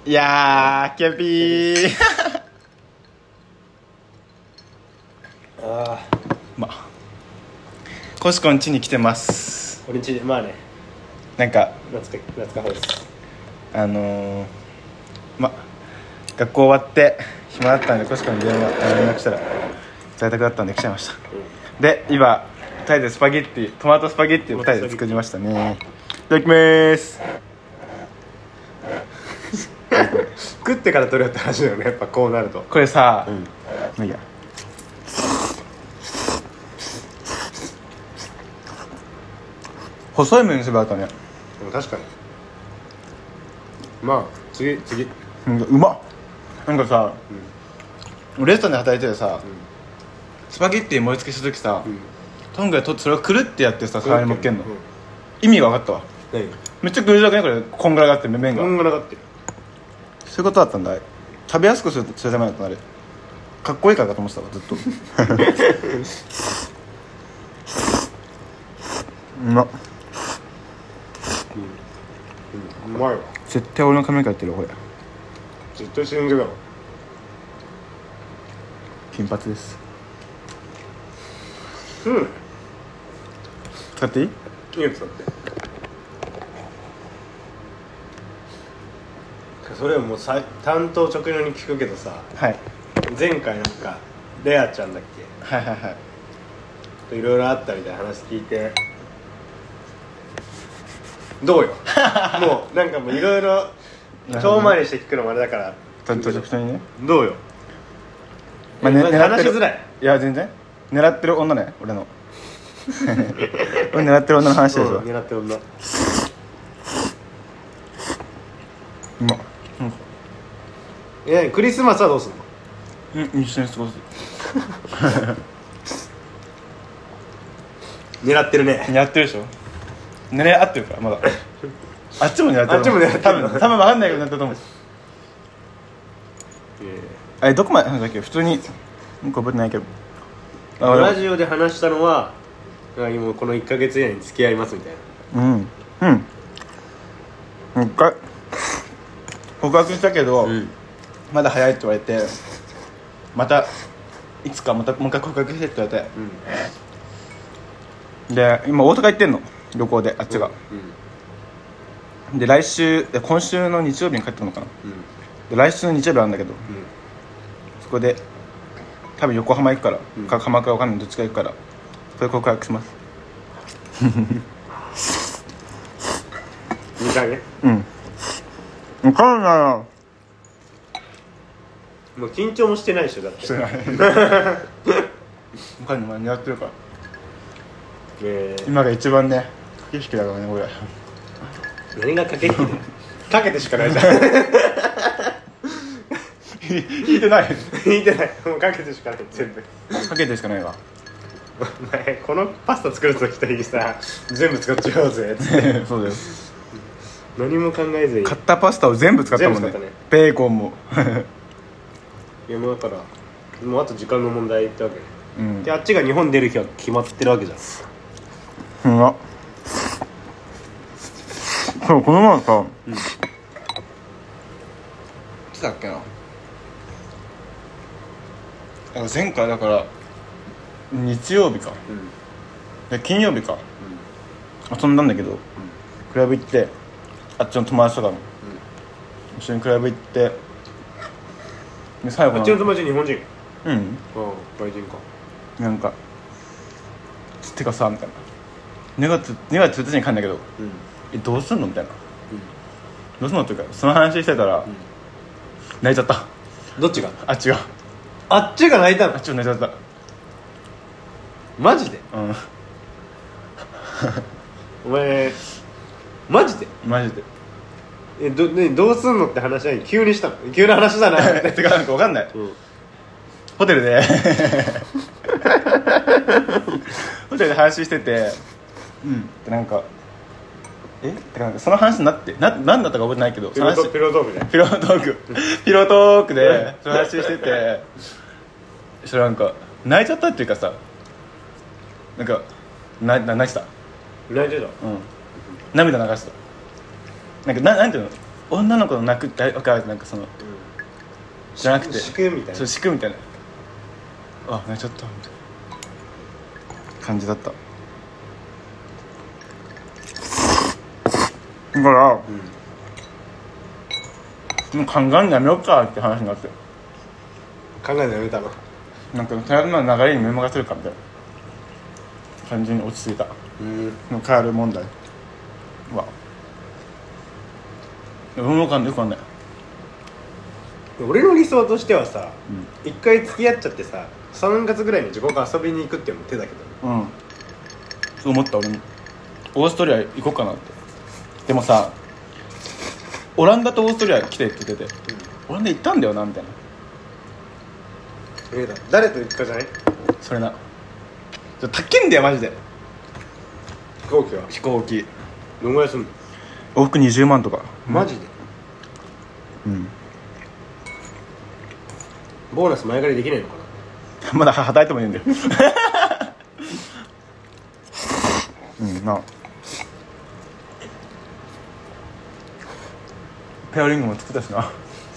いやーキャピーああまあコシコん家に来てます。 俺んちでまあねなんか夏かほです。 学校終わって暇だったんでコシコに連絡したら在宅だったんで来ちゃいました、で今2人でスパゲッティトマトスパゲッティを2人で作りましたね。いただきまーす。 食ってから取るよって話だよね、やっぱこうなると。 これさ、いいや細い麺にすればよかったね。 でも確かにまあ次うまっ。なんかさ、レストランで働いててさ、スパゲッティ盛り付けした時さ、トングで取ってそれをくるってやってさ皿に乗っけんの、意味が分かったわ。めっちゃぐるだけねこれ、こんがらがってる麺がこんがらがってる。 そういうことだったんだ。食べやすくするためだったのあれ。かっこいいからかと思ってたわずっとうまっ。 うまいわ。 絶対俺の髪の毛やってるよこれ。 絶対死んでるだろ。 金髪です。使っていい？ いいやつだって。それはもう担当直入に聞くけどさ、 はい、 前回なんかレアちゃんだっはいはいはいけ、いろいろあったみたいな話聞いてどうよもうなんかもういろいろ遠回りして聞くのもあれだから担当直入にね。 どうよ、 まあ話しづらい。 いや全然狙ってる女ね俺の俺狙ってる女の話ですわ。 狙ってる女。 うまっ。 クリスマスはどうすんの？ 一緒に過ごす。 狙ってるね。 狙ってるでしょ。狙い合ってるからまだあっちも狙ってる。 あっちも狙ってる。 多分分かんないようになったと思う。あれどこまで話したっけ。普通になんか覚えてないけど、 ラジオで話したのは今この1ヶ月以内に付き合いますみたいな。 一回告白したけど、まだ早いって言われて、またいつかもう一回告白してって言われて、で今大阪行ってんの旅行で、あっちが、で今週の日曜日に帰ってくるのかな、で来週の日曜日あるんだけど、そこで多分横浜行くから、鎌倉わかんないどっちか行くから、それ告白します。 2回ね。 分かんないよ。 もう緊張もしてないでしょだって。 してない分かんない、狙ってるから、今が一番ね景色だからね俺。 何が駆け引きでかけてしかないじゃん。 引いてない引いてない、もうかけてしかない。全部かけてしかないわ。 お前このパスタ作る時といいさ、全部使っちゃおうぜっつってそうです。 何も考えずに買ったパスタを全部使ったもんね。 全部使ったね。 ベーコンもいやもうだからもうあと時間の問題ってわけね、であっちが日本出る日は決まってるわけじゃん。 そうこの前さ、いつだっけな、前回だから日曜日か、で金曜日か、遊んだんだけど、クラブ行って、あっちの友達とかも、一緒にクラブ行って、で最後あっちの友達日本人？外人か。 なんかてかさみたいな、2月1日に帰んだけど、どうすんのみたいな、どうすんのっていうか、その話してたら、泣いちゃった。 どっちが？ あっちが泣いたの？ あっちが泣いちゃった。 マジで？お前マジで？ マジで。 どうすんのって話は急にしたの？急な話だなてかなんか分かんない、ホテルでホテルで話してて、でなんかてかなんかその話になって何だったか覚えてないけど、 ピロートークね。 ピロートークでその話してて、それなんか泣いちゃったっていうかさ、なんか泣いてた。 泣いてた。 涙流した。なんていうの、 女の子の泣くって分かる、なんかその、じゃなくて敷くみたいな、 そう敷くみたいな、あ泣いちゃったみたいな感じだった。だから、もう考えるのやめようかって話になって、 考えるのやめたの。 なんか大学の流れに目任せるかみたいな感じに落ち着いた。の変わる問題は俺もよくわかんない。 俺の理想としてはさ、一回付き合っちゃってさ、3月ぐらいに自国遊びに行くっていうのも手だけど、 そう思った。俺もオーストリア行こうかなって。でもさ、オランダとオーストリア来てって言ってて、オランダ行ったんだよなみたいな。 誰と行くかじゃない？ それな、高いんだよマジで。飛行機どんぐらいすんの？ 往復20万とか。 マジで？ボーナス前借りできないのかな。 まだ働いてもいいんだよな。ペアリングも作ったしな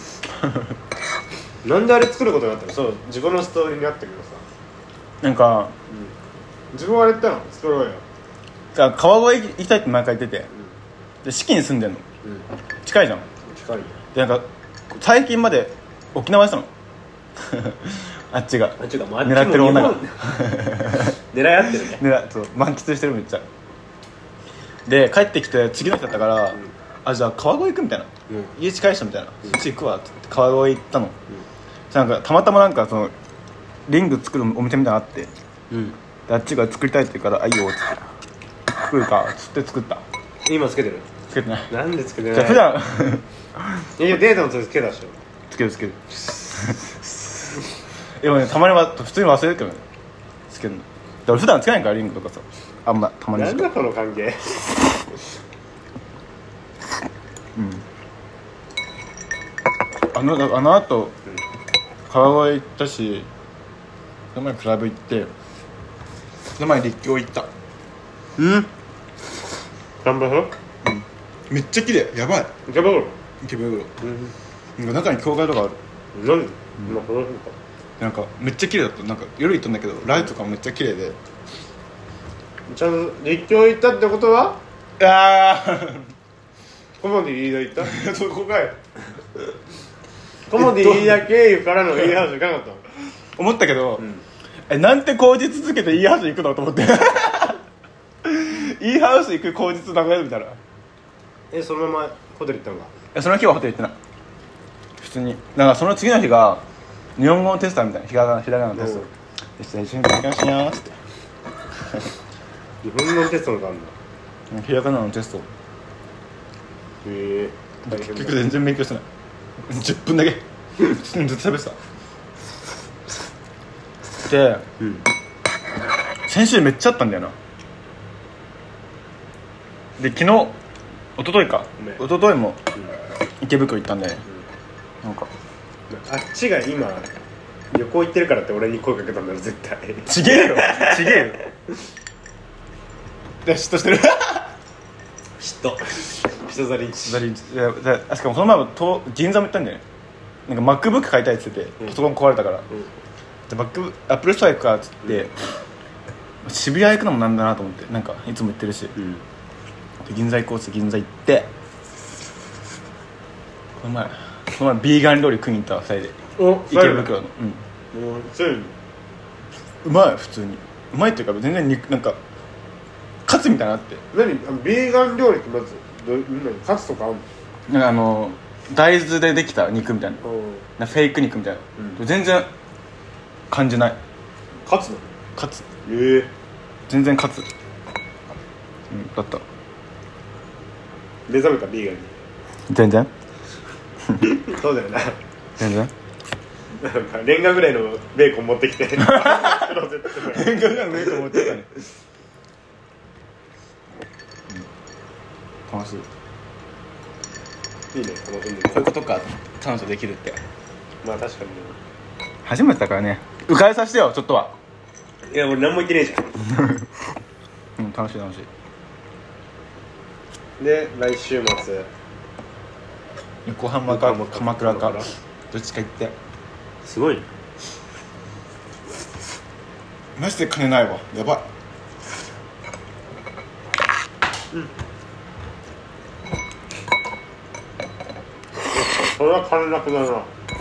なんであれ作ることになったの？そう、自分のストーリーにあったけどさ、 なんか、 自分はあれ言ったの作ろうよ。 川越行きたいって毎回言ってて、で四季に住んでんの、近いじゃん。 近いよ。 でなんか最近まで沖縄したのあっちが狙ってる女が狙い合ってるね。 そう満喫してるめっちゃ。で帰ってきて次の日だったから、じゃあ川越行くみたいな、家近い人みたいな、そっち行くわって言って川越行ったの。なんかたまたまなんかそのリング作るお店みたいなのあって、であっちが作りたいって言うからいいよっつって作るかっつって作った。 今つけてる？ つけてない。 なんでつけてない？ じゃあ普段いやデータの時つけたでしょ。 つけるでもね、たまには普通に忘れるけどね、つけるの。だから普段つけないからリングとかさ、あんまたまにしか。 なんだこの関係あの後、川越行ったし、その前クラブ行って、その前立教行った。 頑張ろ。 めっちゃ綺麗、やばい。 頑張ろう。 池袋、なんか中に教会とかある。 なんで？ なんかめっちゃ綺麗だった。なんか夜行ったんだけど、ライトとかもめっちゃ綺麗で。 ちゃんと立教行ったってことは？コモディリーダー行った？ そこかよコモディリーダー経由からの E ハウス行かなかったの？ 思ったけど、なんて口実つけて E ハウス行くのと思ってE ハウス行く口実なくなるみたいな。 そのままホテル行ったのか？ その日はホテル行ってない。普通になんかその次の日が日本語のテストみたいな、ひらがなのテストでした。一緒に勉強しようっつって日本語のテストのがあるんだ。 ひらがなのテスト。結局全然勉強してない10分だけずっと喋ってた。で、先週めっちゃあったんだよな。で昨日一昨日も池袋行ったんで、なんかあっちが今旅行行ってるからって俺に声かけたんだろ絶対。 ちげえよで嫉妬してる人ザリンチ。 しかもその前も銀座も行ったんだよね。なんか MacBook 買いたいって言ってて、パソコン壊れたから、でApple Store行くかっつって、渋谷行くのもなんだなと思って、なんかいつも行ってるし、で銀座行こうって銀座行って、この前ビーガン料理食いに行ったわ、2人で。池袋の。うまい。普通にうまいっていうか、全然なんかカツみたいなのあって。 何ビーガン料理ってまずカツとかあるの？ なんか大豆でできた肉みたいな、フェイク肉みたいな、全然感じない。 カツなの？ カツ。全然カツ、だった。 目覚めたビーガンに。 全然そうだよな。 全然レンガぐらいのベーコン持ってきてレンガぐらいのベーコン持ってきたね。楽しい。 いいね、楽しんでる。 こういうことか、彼女できるって。 まあ確かに初めてだからね、浮かれさせてよちょっとは。 いや俺何も言ってねえじゃん楽しい。 で来週末横浜か鎌倉かどっちか行って。 すごいね。 マジで金ないわ、やばい。 それは金なくなるな。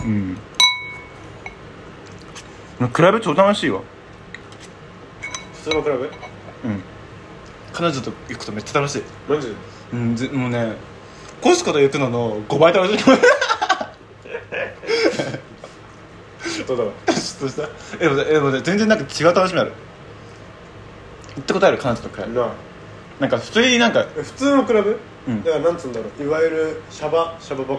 クラブ超楽しいわ。 普通のクラブ？ 彼女と行くとめっちゃ楽しい。 マジで？ もうね、コスコと行くのの5倍楽しい。 どうだろう。 ちょっとしたでも全然なんか違う楽しみある。行ったことある？彼女とクラブ。なんか普通になんか普通のクラブ？だからなんつうんだろう、いわゆるシャバ箱？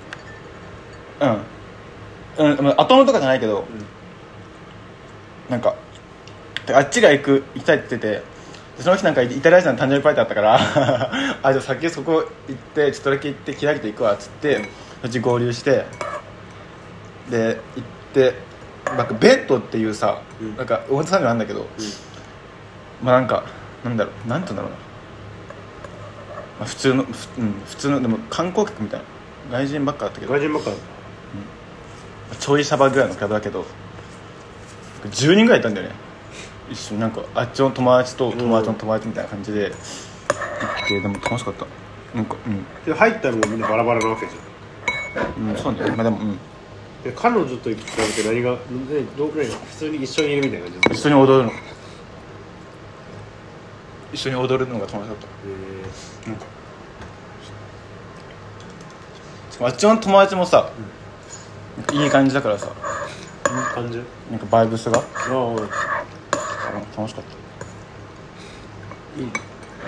アトムとかじゃないけど、なんかあっちが行きたいって言ってて、その日なんかイタリア人の誕生日パーティーあったからあ、じゃあ先そこ行ってちょっとだけ行って開けていくわっつって、そっち合流してで行って、なんかベッドっていうさ、なんか表参道なんだけど、まあなんかなんだろう、なんて言うんだろうな、まあ、普通のでも観光客みたいな外人ばっかだったけど、 外人ばっかだった、 ちょいシャバぐらいのクラブだけど10人ぐらいいたんだよね、一緒に。なんかあっちの友達と友達の友達みたいな感じで行って、でも楽しかった。なんかで入ったのもみんなバラバラなわけじゃん。 そうね。まあでもで彼女と比べて何が普通に一緒にいるみたいな感じ？ 一緒に踊るのが楽しかった。なんかあっちの友達もさ、いい感じだからさ、 いい感じ？ なんかバイブスが楽しかった。いい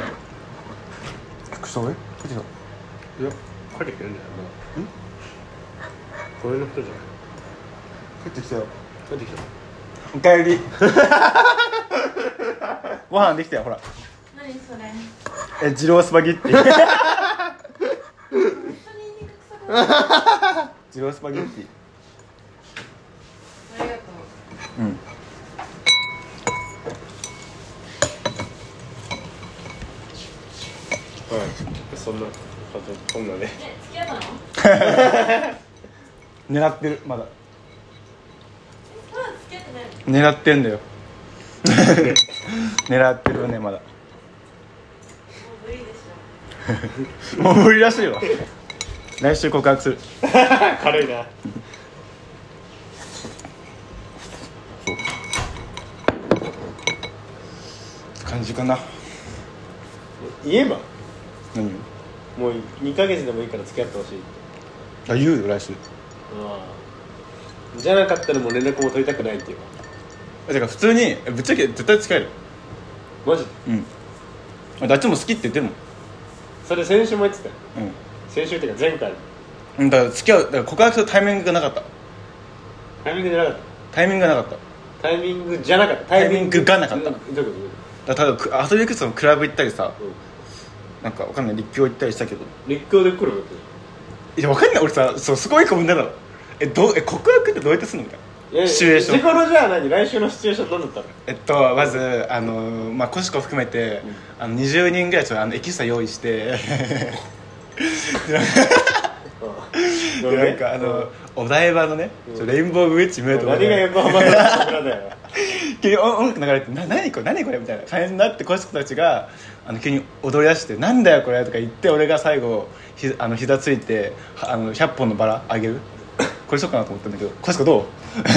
服装？帰ってきた？いや、帰ってきてるんじゃないの？これの人じゃない？ 帰ってきたよ。 帰ってきた。 おかえり。ご飯できたよ、ほら。 何それ？ 二郎スパゲッティ。二郎スパゲッティ。 ありがとう。 そんなこんなね。 付き合ったの？ 狙ってる、まだ。 まだ付き合ってない。 狙ってんだよ。狙ってるね、まだ。 もう無理でしょ。 もう無理らしいわ。来週告白する。 軽いな。 感じかな。 言えば？ 何を？ もう2ヶ月でもいいから付き合ってほしいって。 あ、言うよ、来週。 じゃなかったらもう連絡も取りたくないっていうか。 だから普通にぶっちゃけ絶対付き合える。 マジで？ あっちも好きって言ってるもん。 それ先週も言ってたよ。先週っていうか前回。 だから付き合う、だから告白するタイミングがなかった。 タイミングじゃなかった。 タイミングがなかった。 タイミングじゃなかった。 タイミングがなかった。 どういうこと？ だから多分遊び行くとクラブ行ったりさ、なんかわかんない立教行ったりしたけど。 立教で来るわけ？ いやわかんない、俺さ、すごい問題なの。告白ってどうやってするのみたいな。シチュエーション。 時頃じゃあ何？来週のシチュエーション何だったの？ まずまあコシコ含めて、20人ぐらいエキストラ用意して。なんかお台場のね、レインボーブリッジ見えるところで、 何が横浜の桜だよ。 急に音楽流れて何これみたいな感じになって、コシコたちが急に踊り出してなんだよこれとか言って、俺が最後膝ついて100本のバラあげる。これしようかなと思ったんだけど、コシコどう？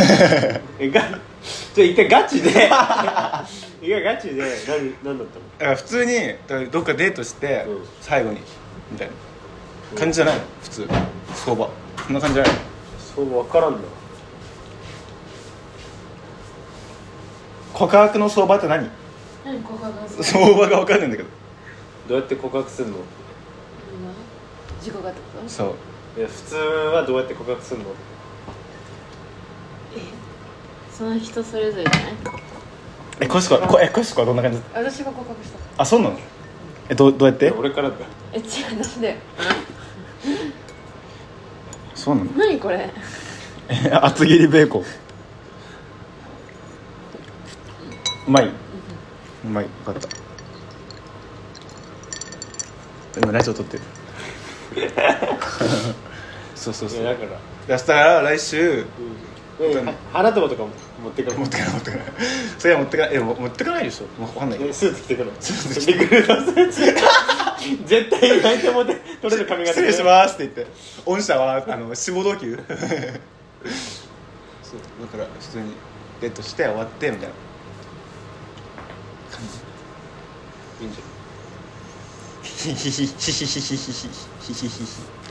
一回ガチで何だったの？ だから普通にどっかデートして、最後にみたいな感じじゃないの？普通相場そんな感じじゃないの？ そう分からんな。 告白の相場って何？ 何告白する？ 相場が分かんないんだけど。 どうやって告白するの？ 事故がってこと？ そう。 いや普通はどうやって告白するの？ その人それぞれじゃない？ コシコはどんな感じ？ 私が告白した。 あ、そうなの？どうやって？ 俺からだ。 違う、私だよ。 そうなの？ 何これ？ 厚切りベーコン。うまい、分かった。今ラジオ撮ってる。 そうそうそう。 いやだから出したら来週花束とかも持ってかない持ってかないそれは持ってかない持ってかないでしょ。分かんないけどスーツ着てくのリクルータースーツ絶対泣いても取れる髪型失礼しますって言って御社は志望動機そうだから普通にデートして終わってみたいな感じ。 いいんじゃヒヒヒヒヒヒヒヒヒヒヒ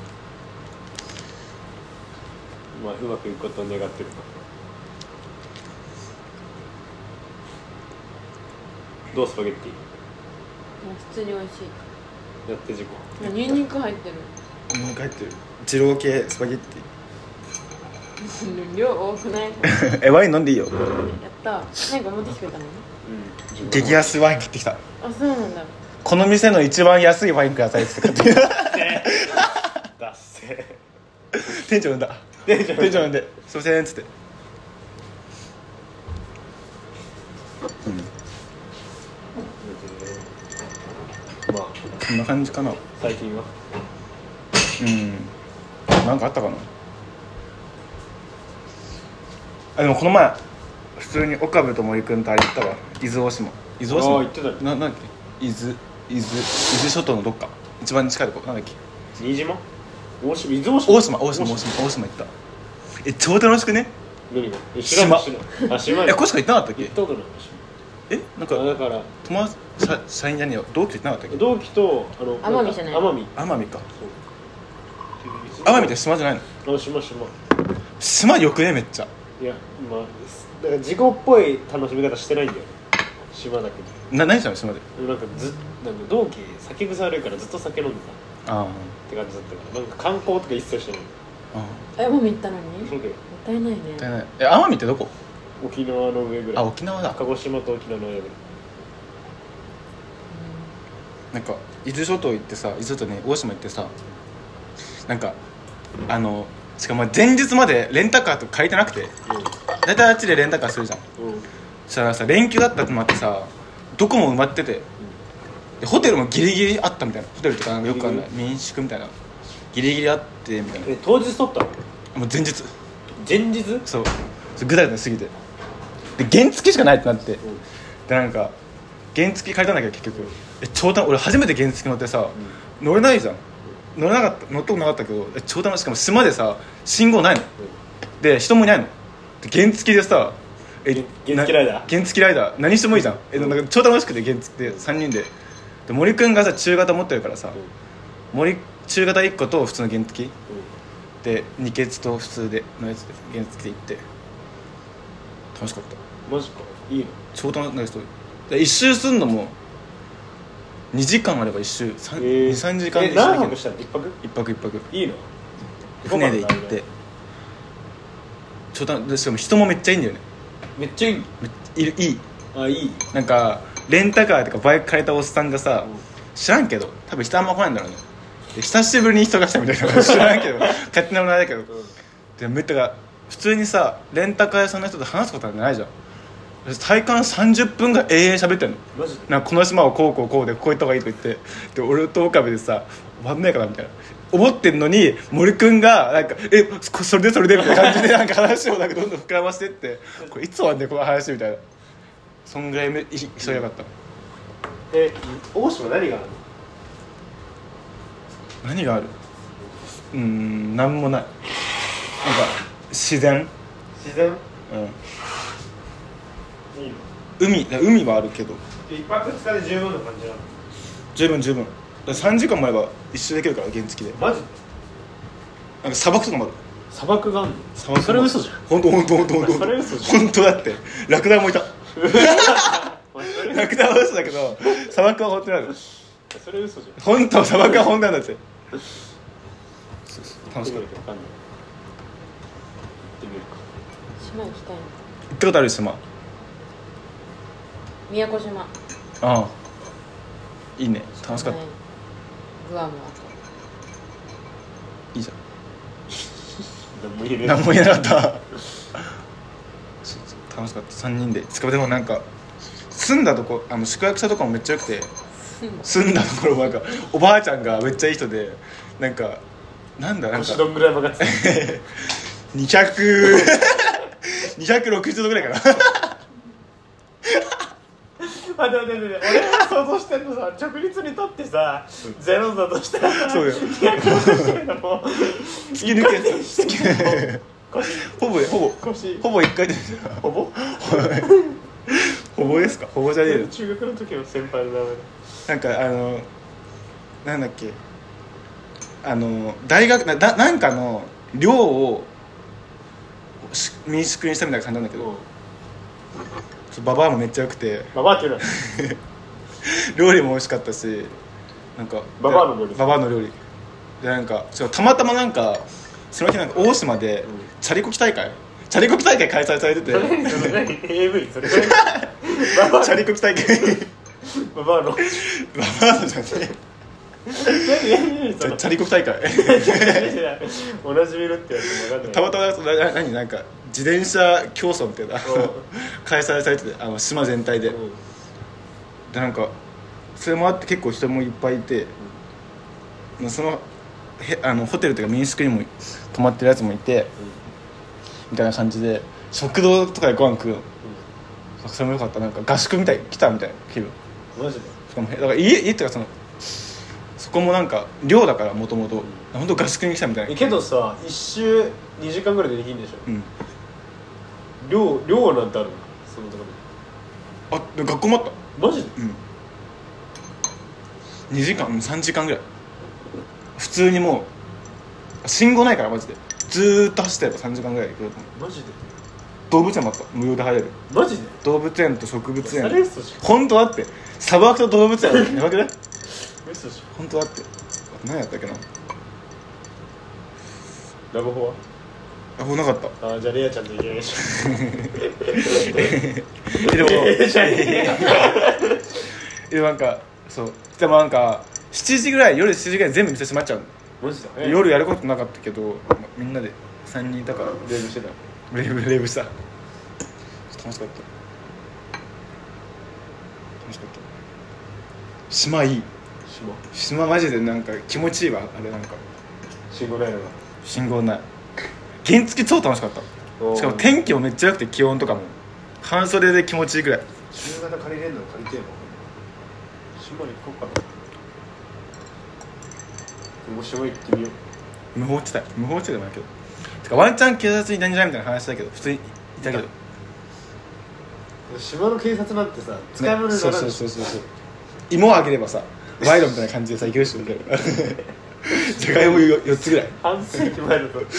まあうまくいくことを願ってるかどうスパゲッティ普通に美味しやって事故いニンニク入ってるニンニク入ってる二郎系スパゲッテ量多くないィワイン飲んでいいよ。 やったなんか持ってきてくれたの激安ワイン買ってきた。 あそうなんだこの店の一番安いワインくださいって買ってきた。 だっせ店長呼んだ。店長呼んで、すいませんっつって。 まあこんな感じかな。 最近はなんかあったかな。でもこの前普通に岡部と森くんとあれ行ったわ。伊豆大島。伊豆大島。 ああ行ってたよなんだっけ。伊豆諸島のどっか一番近いとこなんだっけ。 新島大島伊豆大島大島行った。超楽しくね。 何が島あ島こしか行ってなかったっけ。 行ったことないなんかだから友達社員じゃねえよ同期と行ってなかったっけ。 同期と奄美じゃない奄美奄美か。奄美って島じゃないの。 島島よくねめっちゃ。 いやまあだから事故っぽい楽しみ方してないんだよ島だけど何したの島で。 なんか同期酒癖悪いからずっと酒飲んでたあって感じだったからなんか観光とか一切してない奄美行ったのにそうだよもったいないね奄美ってどこ。 沖縄の上ぐらい沖縄だ。 鹿児島と沖縄の間ぐらいなんか伊豆諸島行ってさ伊豆諸島ね大島行ってさなんかしかも前日までレンタカーとか借りてなくて大体あっちでレンタカーするじゃん。そしたらさ連休だったってもあってさどこも埋まっててでホテルもギリギリあったみたいな。ホテルとかなんかよくあるない民宿みたいなギリギリあってみたいな。 当日取ったのもう前日そうぐだぐだすぎてで原付しかないってなってでなんか原付借りたんだけど結局超楽俺初めて原付乗ってさ乗れないじゃん。乗ったことなかったけど超楽しい。しかも島でさ信号ないので人もいないので原付でさ原付ライダー何してもいいじゃん。なんか超楽しくて原付で3人で森くんがさ中型持ってるからさ中型1個と普通の原付で二欠と普通でのやつで原付で行って楽しかった。 マジかいいの超楽しかった。一周すんのも2時間あれば一周23時間で何泊したの。1泊いいの船で行って超楽しい。しかも人もめっちゃいいんだよね。 めっちゃいいいいなんかレンタカーとかバイク借りたおっさんがさ知らんけど多分人あんま来ないんだろうね。で久しぶりに人が来たみたいな知らんけど勝手なものあれだけどでめっちゃ普通にさレンタカー屋さんの人と話すことなんてないじゃん。体感30分が永遠喋ってんの。 マジでなんかこの島をこうでこういった方がいいと言ってで俺と岡部でさ終わんないかなみたいな思ってんのに森くんがなんかそれでみたいな感じでなんか話をなんかどんどん膨らましてってこれいつ終わんねんこの話みたいな。そんぐらい人よかった。 大島何があるの。 何がある。なんもない。なんか自然いいの海はあるけど 1泊2日で十分な感じなの。 十分だから3時間もあれば一周できるから原付で。 マジでなんか砂漠とかもある。 砂漠があるの。 砂漠それ嘘じゃん。 本当それ嘘じゃん。 本当だってラクダもいたラクダは嘘だけど砂漠は本当にある。 それ嘘じゃん。 本当砂漠は本当なんだって。楽しかった。 行ってみるか。行ってみるか。 島行きたいの。 行ったことある島。 宮古島。 ああいいね楽しかった。 グアムいいじゃん。 何も言えなかった楽しかった3人で。しかもでもなんか住んだとこ宿泊したとこもめっちゃ良くて住んだところもなんかおばあちゃんがめっちゃいい人でなんかなんだなんか腰どんぐらい曲がってた 260度ぐらいかな待って俺が想像してんのさ、直立にとってさ0だとしたらさ、 そうよ 260度も突き抜けほぼ腰ほぼ1回でほぼほぼですか？ほぼじゃねえよ。 中学の時の先輩の名前なんかなんだっけ大学なんかの寮を民宿にしたみたいな感じなんだけど、ババアもめっちゃ良くてババアっていうのは料理も美味しかったし、なんかババアの料理でなんかたまたまなんかその日なんか大島でチャリこき大会開催されてて AV それチャリこき大会ババアのじゃねチャリこき大会同じ見るってやつも分かんない。 たまたまなんか自転車競争みたいな開催されてて島全体で、でなんかそれもあって結構人もいっぱいいて、そのホテルというか民宿にも泊まってるやつもいて、みたいな感じで食堂とかでご飯食うの、それもよかった。なんか合宿みたい来たみたいな気分。 マジでしかもだから家っていうかそこもなんか寮だからもともと本当合宿に来たみたいな。 けどさ1周2時間ぐらいでできるんでしょ。寮なんてあるのそのところで。学校もあった。 マジで 2時間3時間ぐらい普通にもう信号ないからマジでずーっと走ってれば3時間ぐらい行くよ。 マジで動物園もあった。無料で入れる。 マジで動物園と植物園。 嘘じゃん本当だって砂漠と動物園やばくない？ 嘘じ本当だって何やったっけな。 ラブホはもうなかった。 じゃあレアちゃんと行けないでしょでもじゃあいいやでもなんかそうでもなんか7時ぐらい夜7時ぐらい全部店閉まっちゃうの。 マジで夜やることなかったけど、みんなで3人いたからレーブしてたレーブした。楽しかった。島いい。島マジでなんか気持ちいいわ。あれなんか信号ないのが信号ない。原付超楽しかった。しかも天気もめっちゃ良くて気温とかも半袖で気持ちいいぐらい。 夕方借りれんの借りてえの島に行こうかな。もう島行ってみよう。 無法地帯でもないけど、てかワンチャン警察いないんじゃないみたいな話だけど普通にいたけど、 島の警察なんてさ使い物にならない。 そう芋をあげればさ賄賂みたいな感じでさいけるしみたいなじゃがいも4つぐらい半世紀前だと確かに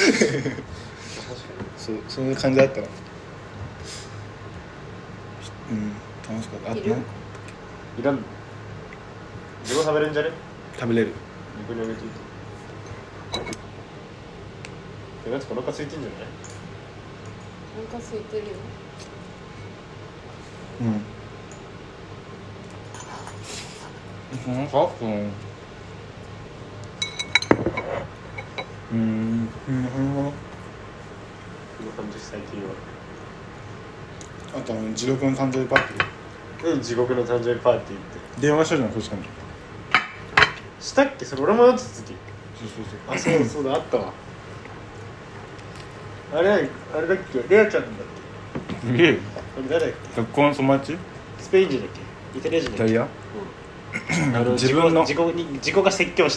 そういう感じだったら楽しかった。あとなんかいらんの自分食べれんじゃね。 食べれる。 僕にあげていいとやつお腹空いてんじゃない。 お腹空いてるよ。 なんか 30歳っていうわ。 あと地獄の誕生日パーティー。 地獄の誕生日パーティーって電話したじゃん確かに。 したっけそれ。俺もやった時そうだあったわ。あれだっけレアちゃんだっけ。 すげえ。 あれ誰だっけ。 学校の友達？ スペイン人だっけイタリア人だっけ。 イタリア？ 自己が説教した、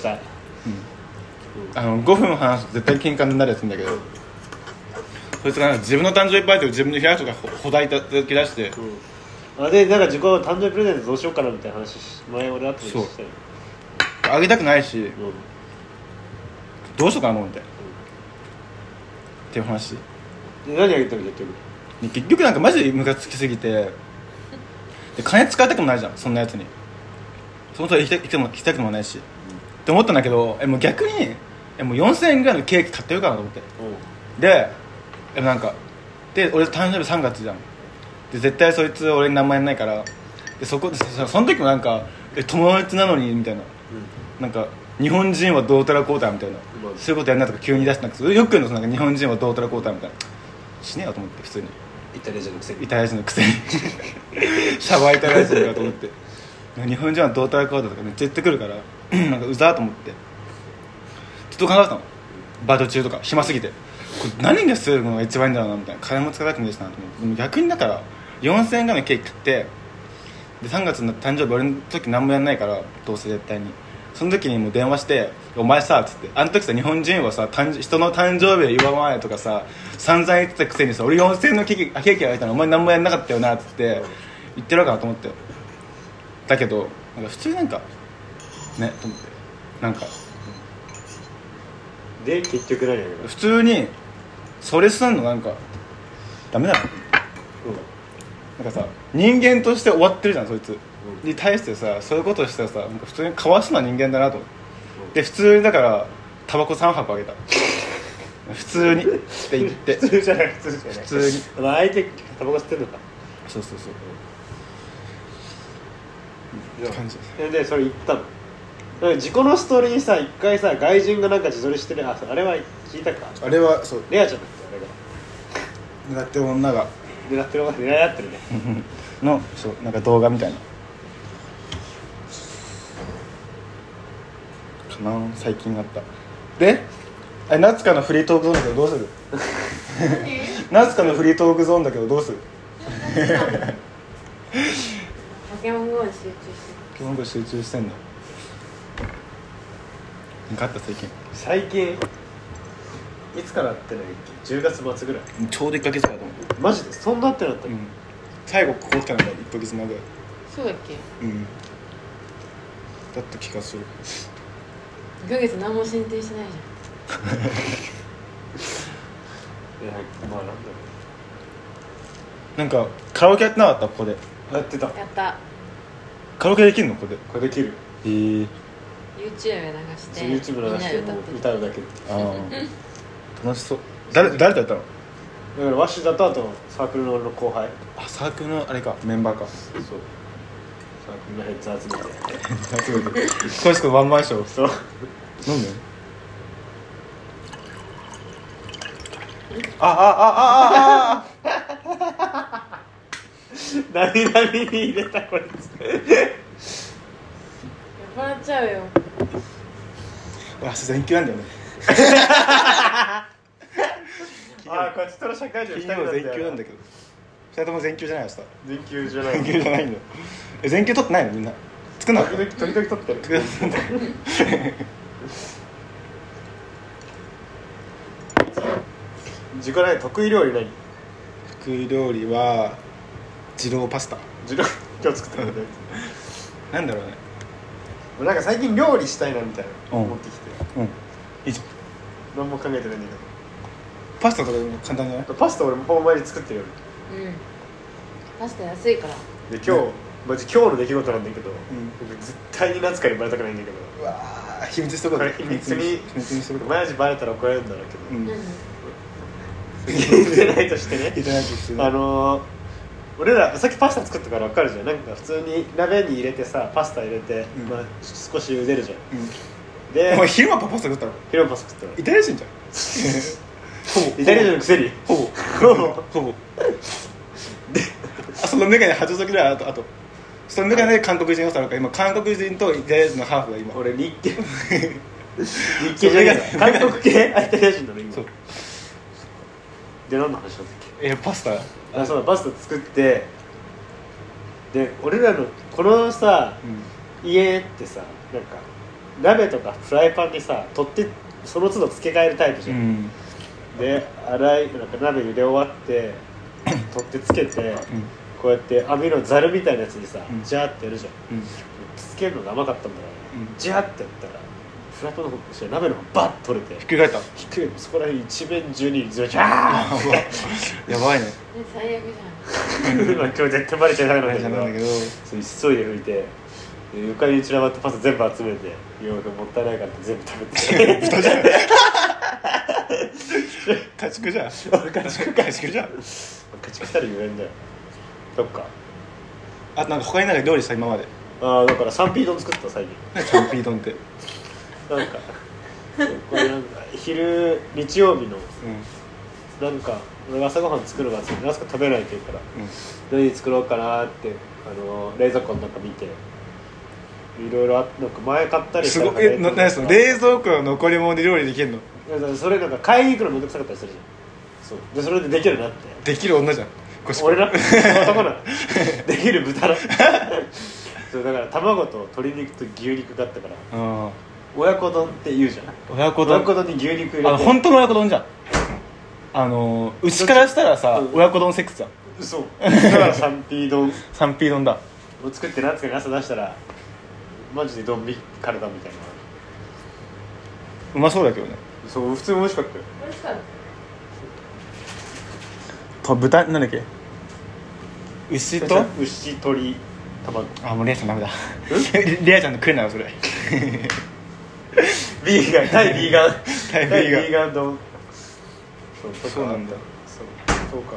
5分話すと絶対喧嘩になるやつんだけど、そいつがなんか自分の誕生日パーティーを自分で開くとかほだいただき出して、 でなんか自己誕生日プレゼントどうしようかなみたいな話前俺あったりして、 あげたくないし、どうしようかなと思って、っていう話で何あげたの結局なんかマジでムカつきすぎてで金使いたくもないじゃんそんなやつに。その人行きたくもないし、って思ったんだけどもう逆にもう4000円ぐらいのケーキ買ってるかなと思って、でなんかで俺誕生日3月じゃん。で絶対そいつ俺に何もやんないから、でその時もなんか友達なのにみたいな、なんか日本人はどうたらこうたらみたいな、そういうことやんないとか急に出してなんかよく言うのなんか日本人はどうたらこうたらみたいな、しねえよと思って普通にイタリア人のくせにシャバイタリア人だと思って日本人はどうたらこうだとかめっちゃ言ってくるからなんかうざーと思ってちょっと考えたの。 バイト中とか暇すぎてこれ何がするのが一番いいんだろうなみたいな、金も使いたくねえしなと思って、でも逆にだから4000円ぐらいのケーキ食って、で3月の誕生日俺の時何もやんないからどうせ絶対に、その時にもう電話して「お前さ」っつって、あの時さ日本人はさ人の誕生日を祝わないとかさ散々言ってたくせにさ、俺4000円のケーキあげたのお前何もやんなかったよなっつって言ってるわけかなと思って、だけどなんか普通になんかねと思って、なんかで結局何やるの？ 普通にそれすんのなんかダメだな、なんかさ人間として終わってるじゃんそいつ、に対してさそういうことしてさなんか普通にかわいそうな人間だなと思って、で普通にだからタバコ3箱あげた普通にって言って普通じゃない普通に相手タバコ吸ってんのか。 そうそうそう感じでそれ言ったの。だから自己のストーリーにさ一回さ外人がなんか自撮りしてる、あれは聞いたか。 あれはそうレアちゃんだっけ、あれが狙ってる女が狙ってる狙い合ってるねのそうなんか動画みたいなかな最近あった。で夏香のフリートークゾーンだけどどうする夏香のフリートークゾーンだけどどうするポケモン GO に集中してポケモン GO 集中してんの。何かあった最近いつから会ってないっけ？10月末ぐらい。 ちょうど1ヶ月だと思う。 マジでそんな会ってなかったの？ 最後ここ来たのが1ヶ月前ぐらい。 そうだっけ？ だった気がする。 1ヶ月何も進展してないじまあなんだろなんかカラオケやってなかったここで。 う。やってた。 ゃん。やった。 カラオケできるのここで。 これできる。 YouTube 流して YouTube 流して歌うだけ。 ああ楽しそう。誰とやったの？ だからワッシュだとあとサークルの俺の後輩。 あサークルのあれかメンバーか。 そう。サークルのヘッズ集めて。 小石君ワンマンショー。 そう。 飲んで。あなみなみに入れたこいつ。 酔っ払っちゃうよ。 全休なんだよね。 こっちとの社会人2人金曜全休なんだけど、2人とも全休じゃないよ。 全休じゃない。 全休じゃないんだよ。全休取ってないのみんな。作んなかった。 時々取ってる。自己ね得意料理何？ 得意料理は二郎パスタ。 今日作ったんだよ。 なんだろうね。 なんか最近料理したいなみたいな思ってきて。 いいじゃん。 何も考えてないんだけど。 パスタとかでも簡単じゃない？ パスタ俺もほんまに作ってるよ。 パスタ安いから。 でマジ今日の出来事なんだけど、絶対に夏からバレたくないんだけど。 うわ秘密しとこう。 これ秘密にしとこう。マジバレたら怒られるんだろうけど。言ってないとしてね。 言ってないとしてね。 俺らさっきパスタ作ったから分かるじゃん。なんか普通に鍋に入れてさパスタ入れて、少し茹でるじゃん。でお前昼間パスタ作ったの？ 昼間パスタ作ったの。 イタリア人じゃん。 イタリア人のくせにほぼでそのメガネ8時ぐらいあとそのメガネで韓国人をさるから今韓国人とイタリア人のハーフが今俺日系じゃない韓国系イタリア人なの今。で何の話だったっけ？ パスタ。 そうだパスタ作ってで俺らのこのさ、家ってさなんか鍋とかフライパンにさ取ってその都度付け替えるタイプじゃん。でなんか鍋茹で終わって取ってつけて、こうやって網のザルみたいなやつにさ、ジャーってやるじゃん。つけるのが甘かったんだから、ジャーってやったらフライパンの方鍋の方バッと取れてひっくり返った。 ひっくりそこら辺一面中にジャーやばいね。 最悪じ今日絶対バレちゃいないのだけど急いで拭いて床に散らばってパスタ全部集めてもったいないからって全部食べて豚じゃん。家畜じゃん。家畜じゃん。 家畜したら言えんだよ。どっかあとなんか他になんか料理した今まで。 だから 3P 丼作った最近。 3P 丼ってなんかこれなんか日曜日の、なんか俺が朝ごはん作るのが朝食べないって言うから、何作ろうかなって冷蔵庫の中見ていろいろなんか前買ったりしたすごい。何その冷蔵庫の残り物で料理できるの？ だからそれなんか買いに行くのめんどくさかったりするじゃん。そうでそれでできるようになってできる女じゃん俺な男なのできる豚なそうだから卵と鶏肉と牛肉があったからうん親子丼って言うじゃん。 親子丼親子丼に牛肉入れて本当の親子丼じゃんうちからしたらさ、親子丼セックスじゃんそうだから 3P 丼 3P 丼だを作って夏かに朝出したらマジでドンビ体みたいな。 うまそうだけどねそう普通に美味しかったよ。 美味しかった。 と豚なんだっけ牛と牛鶏卵もうレイちゃんダメだレイちゃんの食えないわそれビーガン対ビーガン対ビーガン丼そうなんだそうか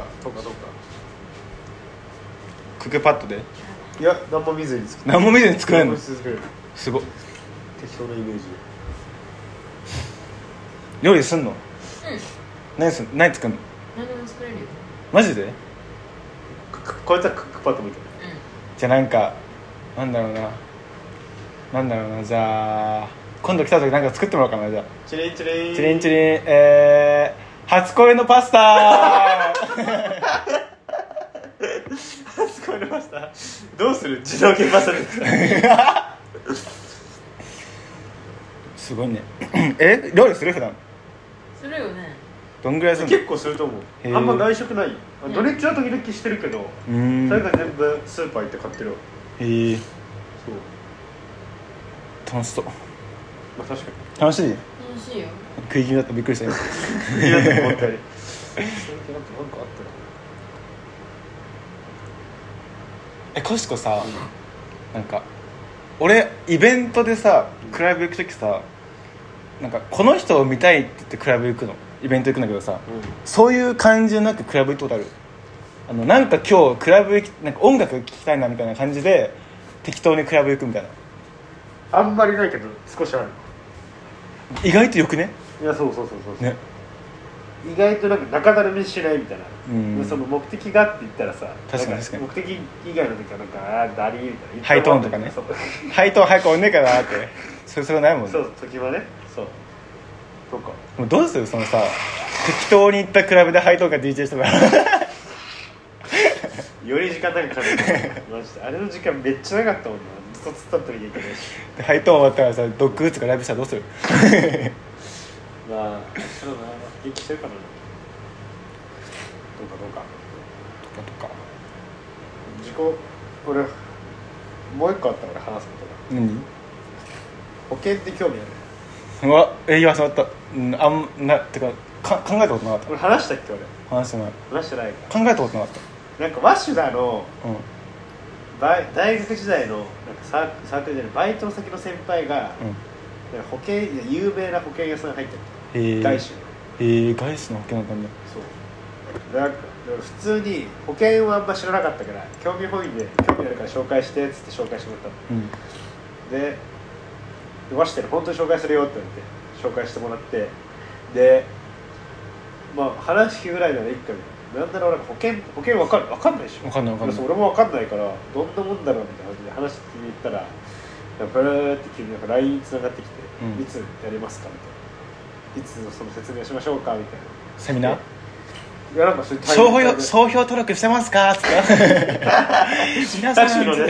クックパッドでいや何も見ずに作る何も見ずに作れんの何も見ずに作るすごっ適当なイメージで料理すんのうん何作んの何でも作れるよ。 マジでこいつはクックパッドみたいじゃあなんかなんだろうなじゃあ今度来た時なんか作ってもらおうかなじゃあチリンチリンチリンチリン初恋のパスタ初恋のパスタどうする自動系パスタですすごいね料理する普段するよね。 どんぐらいするの結構すると思う。 へーあんま外食ない。土日は時々してるけどそれが全部スーパー行って買ってるわ。 へえそう楽しそうまあ確か楽しい楽しいよ。 食い気味だったびっくりした今にいやでも思ったよりそれってなんかあったコシコさ、なんか俺イベントでさクラブ行く時さなんかこの人を見たいって言ってクラブ行くのイベント行くんだけどさ、 な。 そういう感じじゃなくクラブ行ったことあるなんか今日クラブなんか音楽聴きたいなみたいな感じで適当にクラブ行くみたいなあんまりないけど少しある。 意外とよくねいやそうね意外となんか中だるみしないみたいな、 うんその目的がって言ったらさ確かになん目的以外の時はなんかダリーみたいなハイトーンとかねそうハイトーン早くおんねえかなってそれないもんねそう時はねそうとかもうどうするそのさ適当に行ったクラブでハイトーンが DJ したらより時間なんかかかるマジであれの時間めっちゃ長かったもんなずっと突っ立ってなきゃいけないしでハイトーン終わったらさドッグフーツかライブしたらどうするまあそうだな元気してるかなどうかとか自己俺もう一個あったから話すことが何保険って興味あるうわ言わせまったてか考えたことなかった俺話したっけ俺話してない話してないか考えたことなかっなんか早稲田のたうん大学時代のなんかサークルでバイトの先の先輩が、なんか保険有名な保険屋さん入ってる外資の外資の保険なんだそうなんか普通に保険はあんま知らなかったから興味本位で興味あるから紹介してっつって紹介してもらったの、で早稲田に本当に紹介するよって言われて紹介してもらってでまあ話聞くぐらいならいいかみたいななんだろうなんか保険わかんないでしょわかんない俺もわかんないからどんなもんだろうみたいな感じで話してみたらブーって急になんか LINE つながってきて、いつやりますかみたいないつその説明しましょうかみたいなセミナーいやなんかそういう商標登録してますかつって皆さん確かにね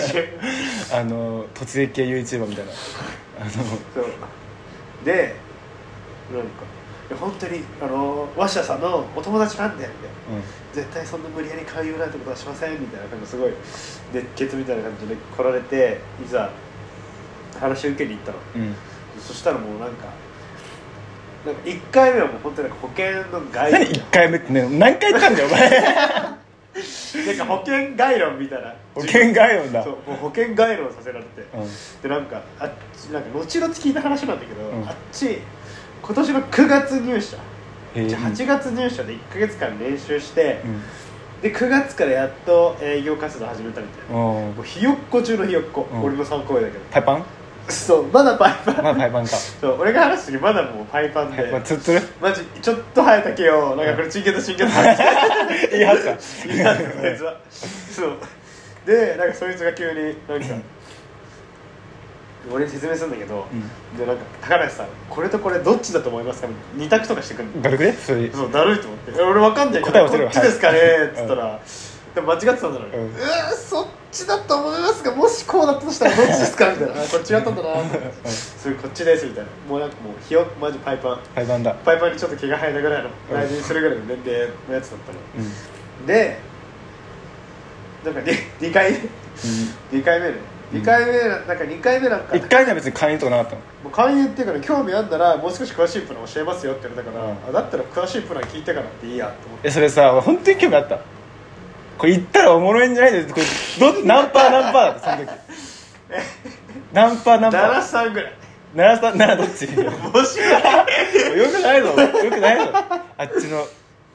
突撃系 YouTuber みたいなそうでなんか本当に鷲田さんのお友達なんでみたいな、絶対そんな無理やり勧誘なんてことはしませんみたいな感じすごい熱血みたいな感じで来られていざ話を受けに行ったの、そしたらもうなんか1回目はもう本当に保険の概論何1回目ってね何回言ったんだよお前なんか保険概論みたいな保険概論だそうもう保険概論させられて、でなんかあっちなんか後々聞いた話なんだけど、あっち今年の9月入社8月入社で1ヶ月間練習して、で9月からやっと営業活動始めたみたいな、もうひよっこ中のひよっこ、俺の3個上だけどパイパンそうまだパイパンまだパイパンかそう俺が話す時まだもうパイパンでツルツルマジちょっと生えた毛をなんかこれチンゲとチンゲと生えて言い張った言い張ったそいつはそうでなんかそいつが急になんか俺に説明するんだけど、 うんでなんか高梨さんこれとこれどっちだと思いますか2択とかしてくるの。 だるくねそれそうだるいと思って俺分かんないけ答え教えろどこっちですかねっつったら、でも間違ってたんだろうね、 うんそっちだと思いますがもしこうだったとしたらどっちですかみたいなあこれ違ったんだなってそれこっちですみたいなもうなんかもうひよマジパイパンだパイパンにちょっと毛が生えたぐらいの来年するぐらいの年齢のやつだったの、 うんでなんか 2回2回目ね2回目なんか2回目なんか 1回目は別に勧誘とかなかったのもう勧誘っていうかね興味あんならもう少し詳しいプラン教えますよって言われたから、 うんあだったら詳しいプラン聞いてからっていいやと思ってそれさ本当に興味あったこれ言ったらおもろいんじゃないですこれ何パーだってその時何パー 73ぐらい 7どっち面白いよくないぞよくないぞあっちの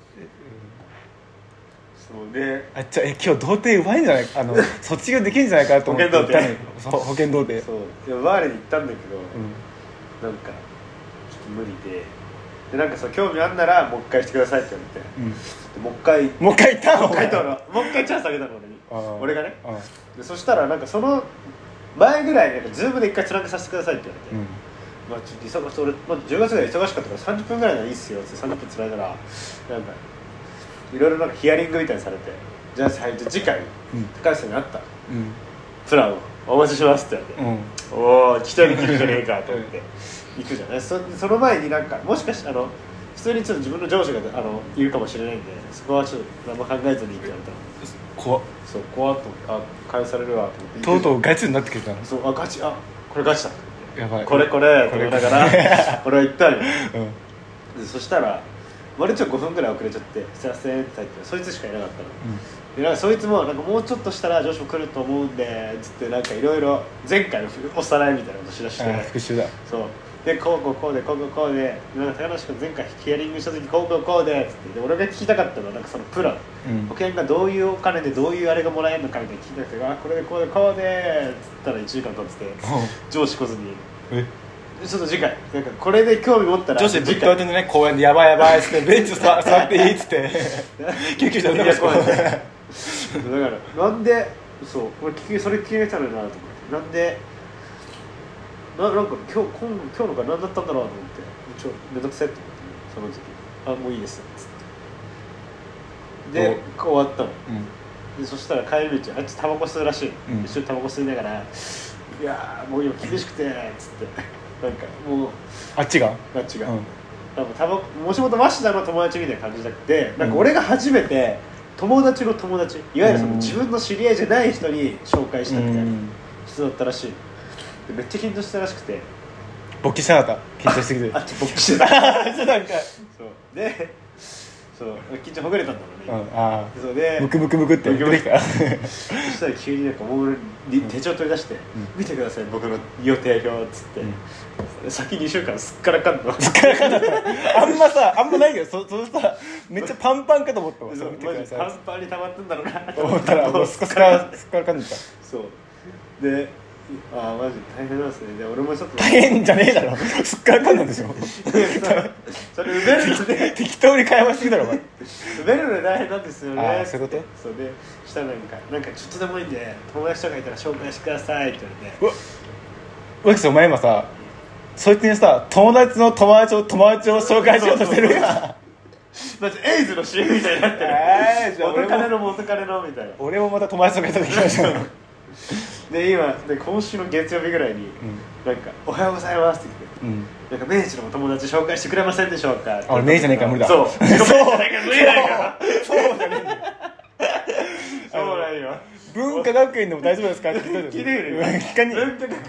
そうであっち今日童貞うまいんじゃない卒業できるんじゃないかなと思って保険童貞行ったのよそう保険童貞そうでもバーレに行ったんだけど、 うんなんかちょっと無理でなんかそう興味あんならもう一回してくださいって言われて、 うんでもう一回もう一回行ったのもう一回言ったのもう一回チャンスあげたの俺にあー俺がねあでそしたらなんかその前ぐらいになんかズームで一回つなげさせてくださいって言われて、 うんまあ、ちょっと忙しい俺、まあ、10月ぐらい忙しかったから30分ぐらいならいいっすよって30分つないだらなんかいろいろなんかヒアリングみたいにされてじゃあ次回、 うん高橋さんに会ったうんプランをお待ちしますって言われて、おお来たり来るじゃねえかと思って行くじゃないその前になんかもしかして普通にちょっと自分の上司がいるかもしれないんでそこはちょっと何も考えずにって言われたの怖っそう怖っと思ってあ返されるわと思ってとうとうガチになってきたのそうガチこれガチだやばいこれと思いながら俺は言ったのようんでそしたら割と5分ぐらい遅れちゃって「すいません」って言ってそいつしかいなかったの、でなんかそいつもなんかもうちょっとしたら上司も来ると思うんでつってなんかいろいろ前回のおさらいみたいなことしだして復習だそうでこうでなんか高梨君前回ヒアリングした時こうでつってで俺が聞きたかったのはなんかそのプラン、保険がどういうお金でどういうあれがもらえるのかみたいな聞いたくてこれでこうでっつったら1時間経ってて上司来ずにちょっと次回なんかこれで興味持ったら女子ぶっ倒れてね公園でやばいっつってベンチ座っていいっつって救急車でいや怖いだからなんでそう俺それ聞いたのよなと思ってなんでなんか今日のが何だったんだろうと思ってちょっとめんどくせえって思ってその時もういいですっつってで終わったの、でそしたら帰り道あっちタバコ吸うらしい、一緒にタバコ吸いながらいやもう今厳しくてっつってなんかもうあっちが多分もしもと鷲田の友達みたいな感じじゃなくてなんか俺が初めて友達の友達いわゆるその自分の知り合いじゃない人に紹介したみたいな人だったらしいでめっちゃ緊張したらしくて勃起しなかった緊張しすぎてあっち勃起してたそうなんかそうでそう緊張ほぐれたんだろうね、 ああそうでムクムクって出てきたそしたら急になんかもう手帳取り出して、見てください僕の予定表っつって、先2週間すっからかんのすっからかんだったあんまないけどそさめっちゃパンパンかと思ったわそうマジパンパンに溜まってんだろうなと思ったらもうすっからかんでたそうでマジ大変なんですねで俺もちょっと大変じゃねえだろすっからかんなんでしょそれ埋めるので適当に会話しすぎだろお前埋めるので大変なんですよねそういうことそうでしたらなんかちょっとでもいいんで友達とかいたら紹介してくださいって言われてわけお前今さそいつにさ友達の友達を紹介しようとしてるやんマジエイズの CM みたいになってるじゃあ元彼の元彼のみたいな俺もまた友達とかいた時来ましたで今週の月曜日ぐらいに、なんか「おはようございます」って言って、なんか明治のお友達紹介してくれませんでしょうか俺明治じゃねえから無理だそう明治じゃねえから無理だよそうじゃねえんだよそうなんよ文化学園でも大丈夫ですかって聞いて聞いてくれ聞かに文化学園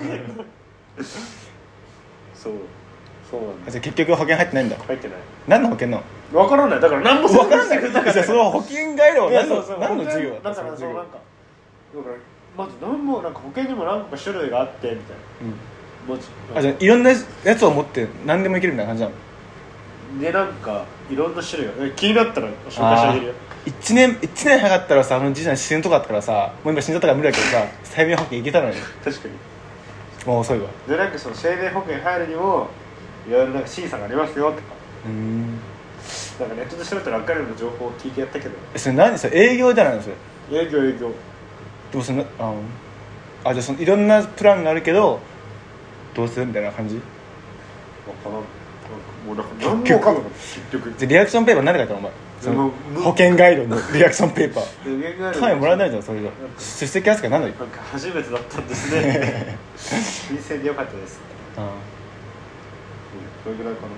そうなんだじゃあ結局保険入ってないんだ入ってない何の保険なの分からないだから何も分からないじゃあその保険概要何の授業だからそうなんかまず何もなんか保険にも何個か種類があってみたいな、 じゃあいろんなやつを持って何でもいけるみたいな感じなのでなんかいろんな種類が気になったら紹介してあげるよ 1年早かったらさじいちゃん死ぬとこあったからさもう今死んじゃったから無理だけどさ生命保険いけたのに確かにもう遅いわでなんかその生命保険入るにもいろいろなんか審査がありますよとかなんかネットで調べたら分かるような情報を聞いてやったけどそれ何それ営業じゃないのそれ営業でもじゃあそのいろんなプランがあるけどどうするみたいな感じ。 分からん、もうなんか何も分かんなかった結局。 じゃリアクションペーパー何で書いたのお前、その保険ガイドのリアクションペーパー単位もらえないじゃんそれじゃ。出席扱いなんない。 なんか初めてだったんですね新鮮でよかったです。 ああ、 どれぐらいかな。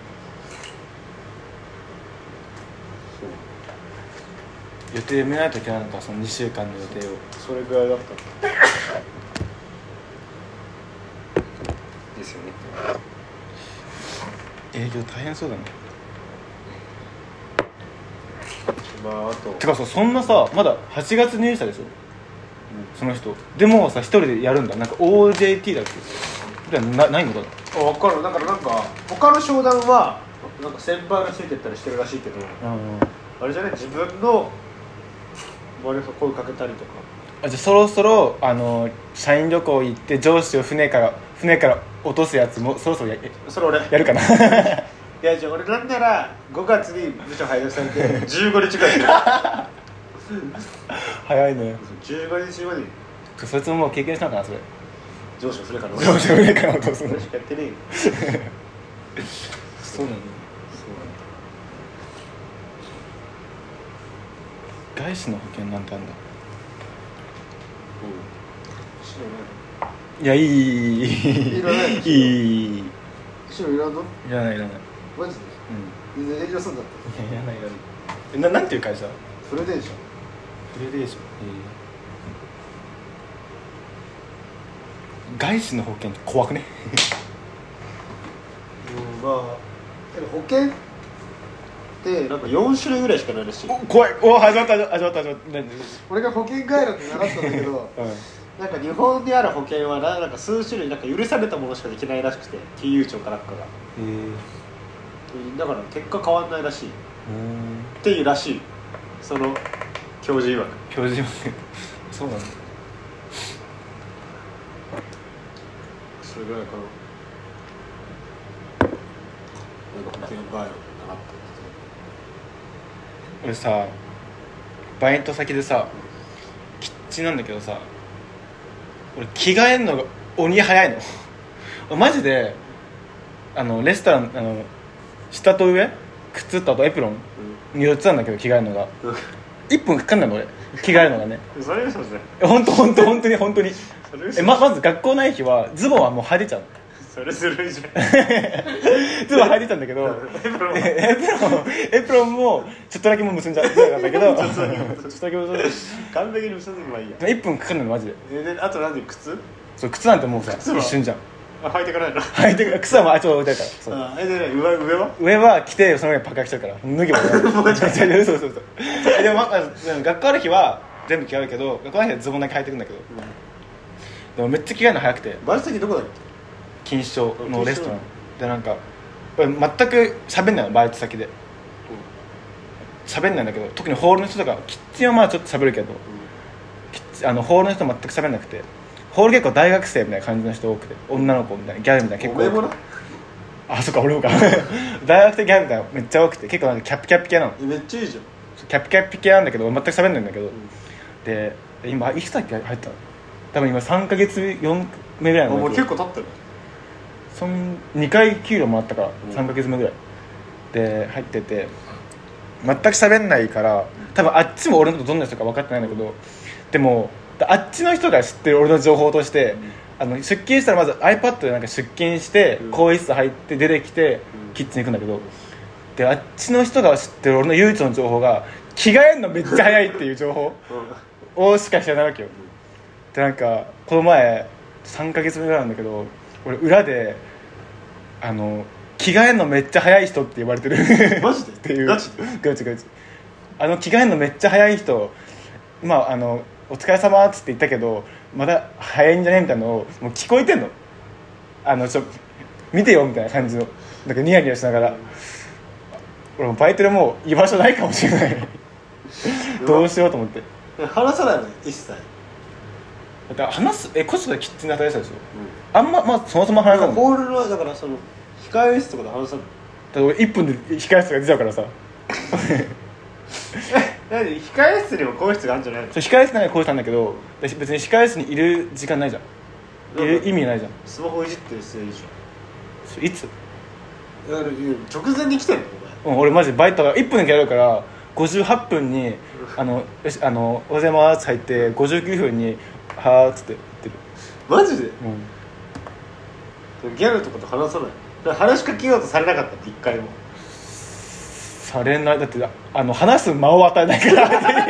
予定見ないといけないのか、その2週間の予定を。 それぐらいだったですよね。 営業大変そうだね。 まああとてかさ、そんなさまだ8月入社でしょ、その人でもさ一人でやるんだ。なんか OJT だっけないのかな。 分かる。だからなんか他の商談はなんか先輩がついてったりしてるらしいけど、あれじゃない、自分の周りが声かけたりとか。 あ、じゃあそろそろ社員旅行行って上司を船から落とすやつもそろそろそれ俺やるかな。 いやじゃあ俺なんなら5月に部署配属されて15日ぐらい早いね。 15日後にそいつももう経験したのかなそれ。 上司を船から上司を船から落とすの。 俺しかやってねえよそうなの。外資の保険なんてあんだ。いや、いいいらないいい白いらんの？ いらないいらない。 マジで？ うん。 全然営業するんだっいらないいらない。なんていう会社？ た。プレデーション。 プレデーション。外資の保険って怖くね。 まあけど保険ってなんか4種類ぐらいしかないらしい。 怖い。お、始まった。 俺が保険概論で習ったんだけど、なんか日本にある保険はなんか数種類なんか許されたものしかできないらしくて、金融庁かなんかが。だから結果変わんないらしいっていうらしい、その教授曰く。 教授曰くそうなんだ。 それぐらいかな。なんか保険概論で習ったん俺さバイト先でさキッチンなんだけどさ、俺着替えるのが鬼早いのマジでレストラン下と上靴とあとエプロン4つなんだけど着替えるのが1分かかんないの俺着替えるのがね。 それ嘘じゃん。 本当にまず学校ない日はズボンはもう履いてちゃう。 それずるいじゃん。 ズボン履いてたんだけどエプロンもちょっとだけもう結んじゃうんだけどちょっとだけ結んで完璧に結んでもいいや。 1分かかんないのマジで。 であと何で靴？ そう靴なんてもうさ一瞬じゃん。 履いてからないの？ 履いて靴はもうちょっと置いてあるから。そうで上は着てその上にパッカー着ちゃうから脱げばそうでも、学校ある日は全部着替えるけど、学校ある日はズボンだけ履いてくんだけど、でもめっちゃ着替えるの早くて。 バイト先どこだっけ？ 錦糸町のレストランで、なんか全く喋んないのバイト先で。喋んないんだけど、特にホールの人とかキッチンはまあちょっと喋るけど、ホールの人全く喋んなくて、ホール結構大学生みたいな感じの人多くて、女の子みたいなギャルみたいな結構多くて。 おめえもな。 あ、そっか俺もか大学生ギャルみたいなめっちゃ多くて、結構なんかキャピ系なの。 めっちゃいいじゃん。 キャピ系なんだけど全く喋んないんだけど、で今いくつだっけ入ったの？多分今3ヶ月4目ぐらいの。 もう結構経ってる。 2回給料もらったから3ヶ月目ぐらいで入ってて、全く喋んないから多分あっちも俺のことどんな人か分かってないんだけど、でもあっちの人が知ってる俺の情報として、出勤したらまず iPad でなんか出勤して更衣室入って出てきてキッチン行くんだけど、であっちの人が知ってる俺の唯一の情報が着替えるのめっちゃ早いっていう情報をしか知らないわけよ。でなんかこの前3ヶ月目ぐらいなんだけど、俺裏で着替えるのめっちゃ早い人って言われてるマジで？ っていうガチで？ ガチ着替えるのめっちゃ早い人、まあお疲れ様っつって言ったけどまだ早いんじゃねみたいなのをもう聞こえてんの。見てよみたいな感じのなんかニヤニヤしながら、俺もバイトでもう居場所ないかもしれないどうしようと思って。 話さないの一切。 だから話すこっちでキッチンで働いてたでしょ、あんまそもそも話さない。 ホールのだからその控え室とかで話さない。 だから俺1分で控え室が出ちゃうからさ何控え室にも更衣室があるんじゃないの？ 控え室なんかこうしたんだけど、別に控え室にいる時間ないじゃん。 意味ないじゃん。 スマホいじってる人いいじいつ？ ゃん。直前に来てんのお前。 俺マジバイトが1分でやるから58分によしおはようございます入って59分にはーっつって言ってる。 マジで？ギャルとかと話さない？だから話しかけようとされなかったって一回も。 されない。だって話す間を与えないから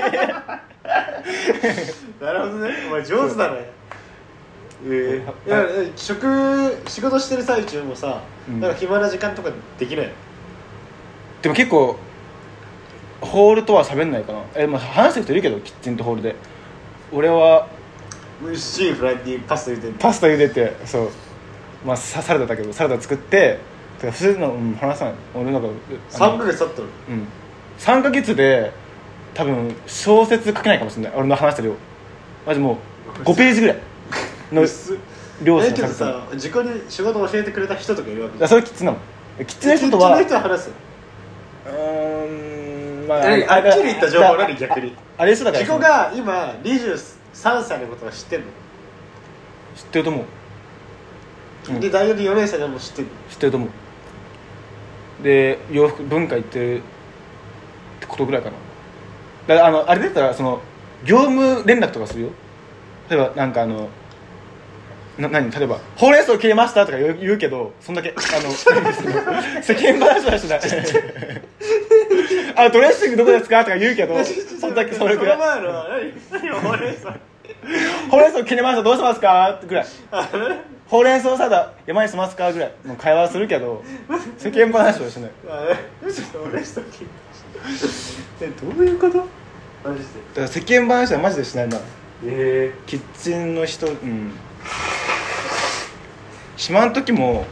なるほどね。お前上手だね。いや仕事してる最中もさ、なんか暇な時間とかできないの？ でも結構ホールとは喋んないかな。まあ、話してる人いるけどキッチンとホールで。俺はシーフライにパスタ茹でて、そう、まあ、サラダだけどサラダ作って普通の、話さない。俺なんか 3ヶ月経ったの？ 3ヶ月で多分小説書けないかもしれない。俺の話した量マジもう5ページぐらいの量しか書けない。 けどさ、自己に仕事を教えてくれた人とかいるわけ？ それキッチンなの。キッチンの人とはキッチンの人は話す。 まあ、 あっきり言った情報は何？逆にあれ一緒だから自己が今23歳のことは知ってんの？ 知ってると思う。 で大学4年生でも知ってるの？ 知ってると思う。で洋服文化行ってるってことぐらいかな。だからあれだったら業務連絡とかするよ。例えばなんか例えばほうれん草切れましたとか言うけど、そんだけ世間話はしないドレッシングどこですかとか言うけど、そんだけそれぐらい。 その前のは何ほうれん草ほうれん草切れましたどうしますかぐらい。ほうれん草サラダ山にしますかぐらいの会話するけど世間話はしない。 ほうれん草切れどういうこと？マジで。 だから世間話はマジでしないな。キッチンの人、暇の時も、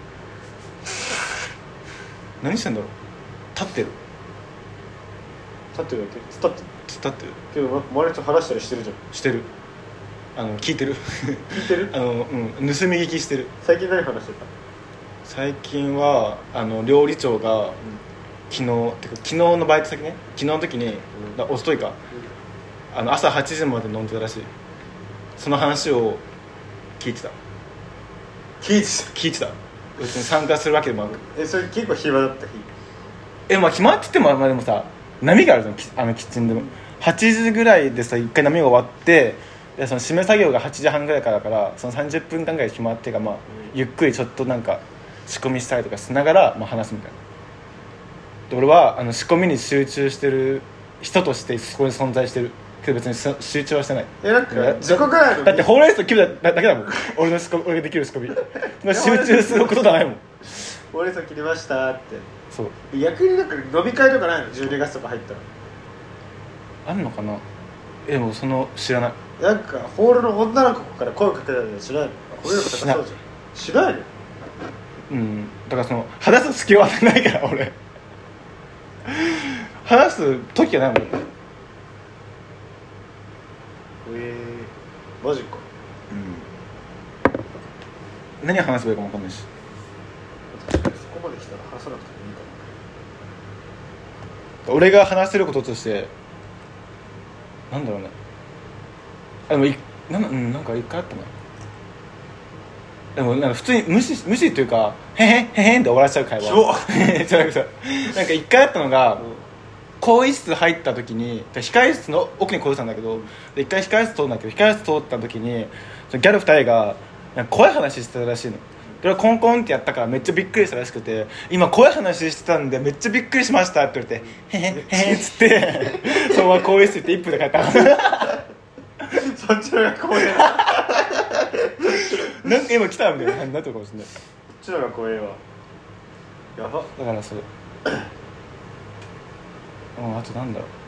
何してんだろう。立ってるだけ？立ってるけど周りと話したりしてるじゃん。 してる。聞いてる聞いてる？ 盗み聞きしてる。 最近何話してた？ 最近は料理長が、昨日のバイト先ね、昨日の時に、おとといか、朝8時まで飲んでたらしい。その話を聞いてた。別に参加するわけでもなく。 それ結構暇だった日？ まあ暇って言っても、でもさ波があるじゃん。キッチンでも、8時ぐらいでさ一回波が終わって、でその締め作業が8時半ぐらいからだから、その30分間ぐらい暇っていうか、まあゆっくりちょっとなんか仕込みしたりとかしながら、話すみたいな。で俺は仕込みに集中してる人としてそこに存在してるけど、別に集中はしてない。 なんか自己ぐらいのだってほうれん草切るだけだもん俺ができる仕込み集中することじゃないもん。 ほうれん草切りましたって。 そう逆になんか飲み会とかないの？12月とか入ったらあんのかな。でも知らない。 なんかホールの女の子から声かけたりしないの？こういうの高そうじゃん。しないの？ だから話す隙はないから俺話す時がないもん。 マジか。 何話せばいいかも分かんないし。 確かにそこまで来たら話さなくてもいいか俺が話せることとしてなんだろうね。でもなんか一回あったな。でもなんか普通に無視というかへへって終わらせちゃう会話なんか一回あったのが、更衣室入った時に控室の奥に更衣室なんだけど、で一回控室通るんだけど、控室通った時にギャル2人がなんか怖い話してたらしいの。でコンコンってやったからめっちゃびっくりしたらしくて、今怖い話してたんでめっちゃびっくりしましたって言われて、へへっつってそのまま更衣室行って1分で帰ったそっちの方が怖いなんか今来たみたいな感じになってるかもしれない。 そっちの方が怖いわ。やば。 だからそれあとなんだろう、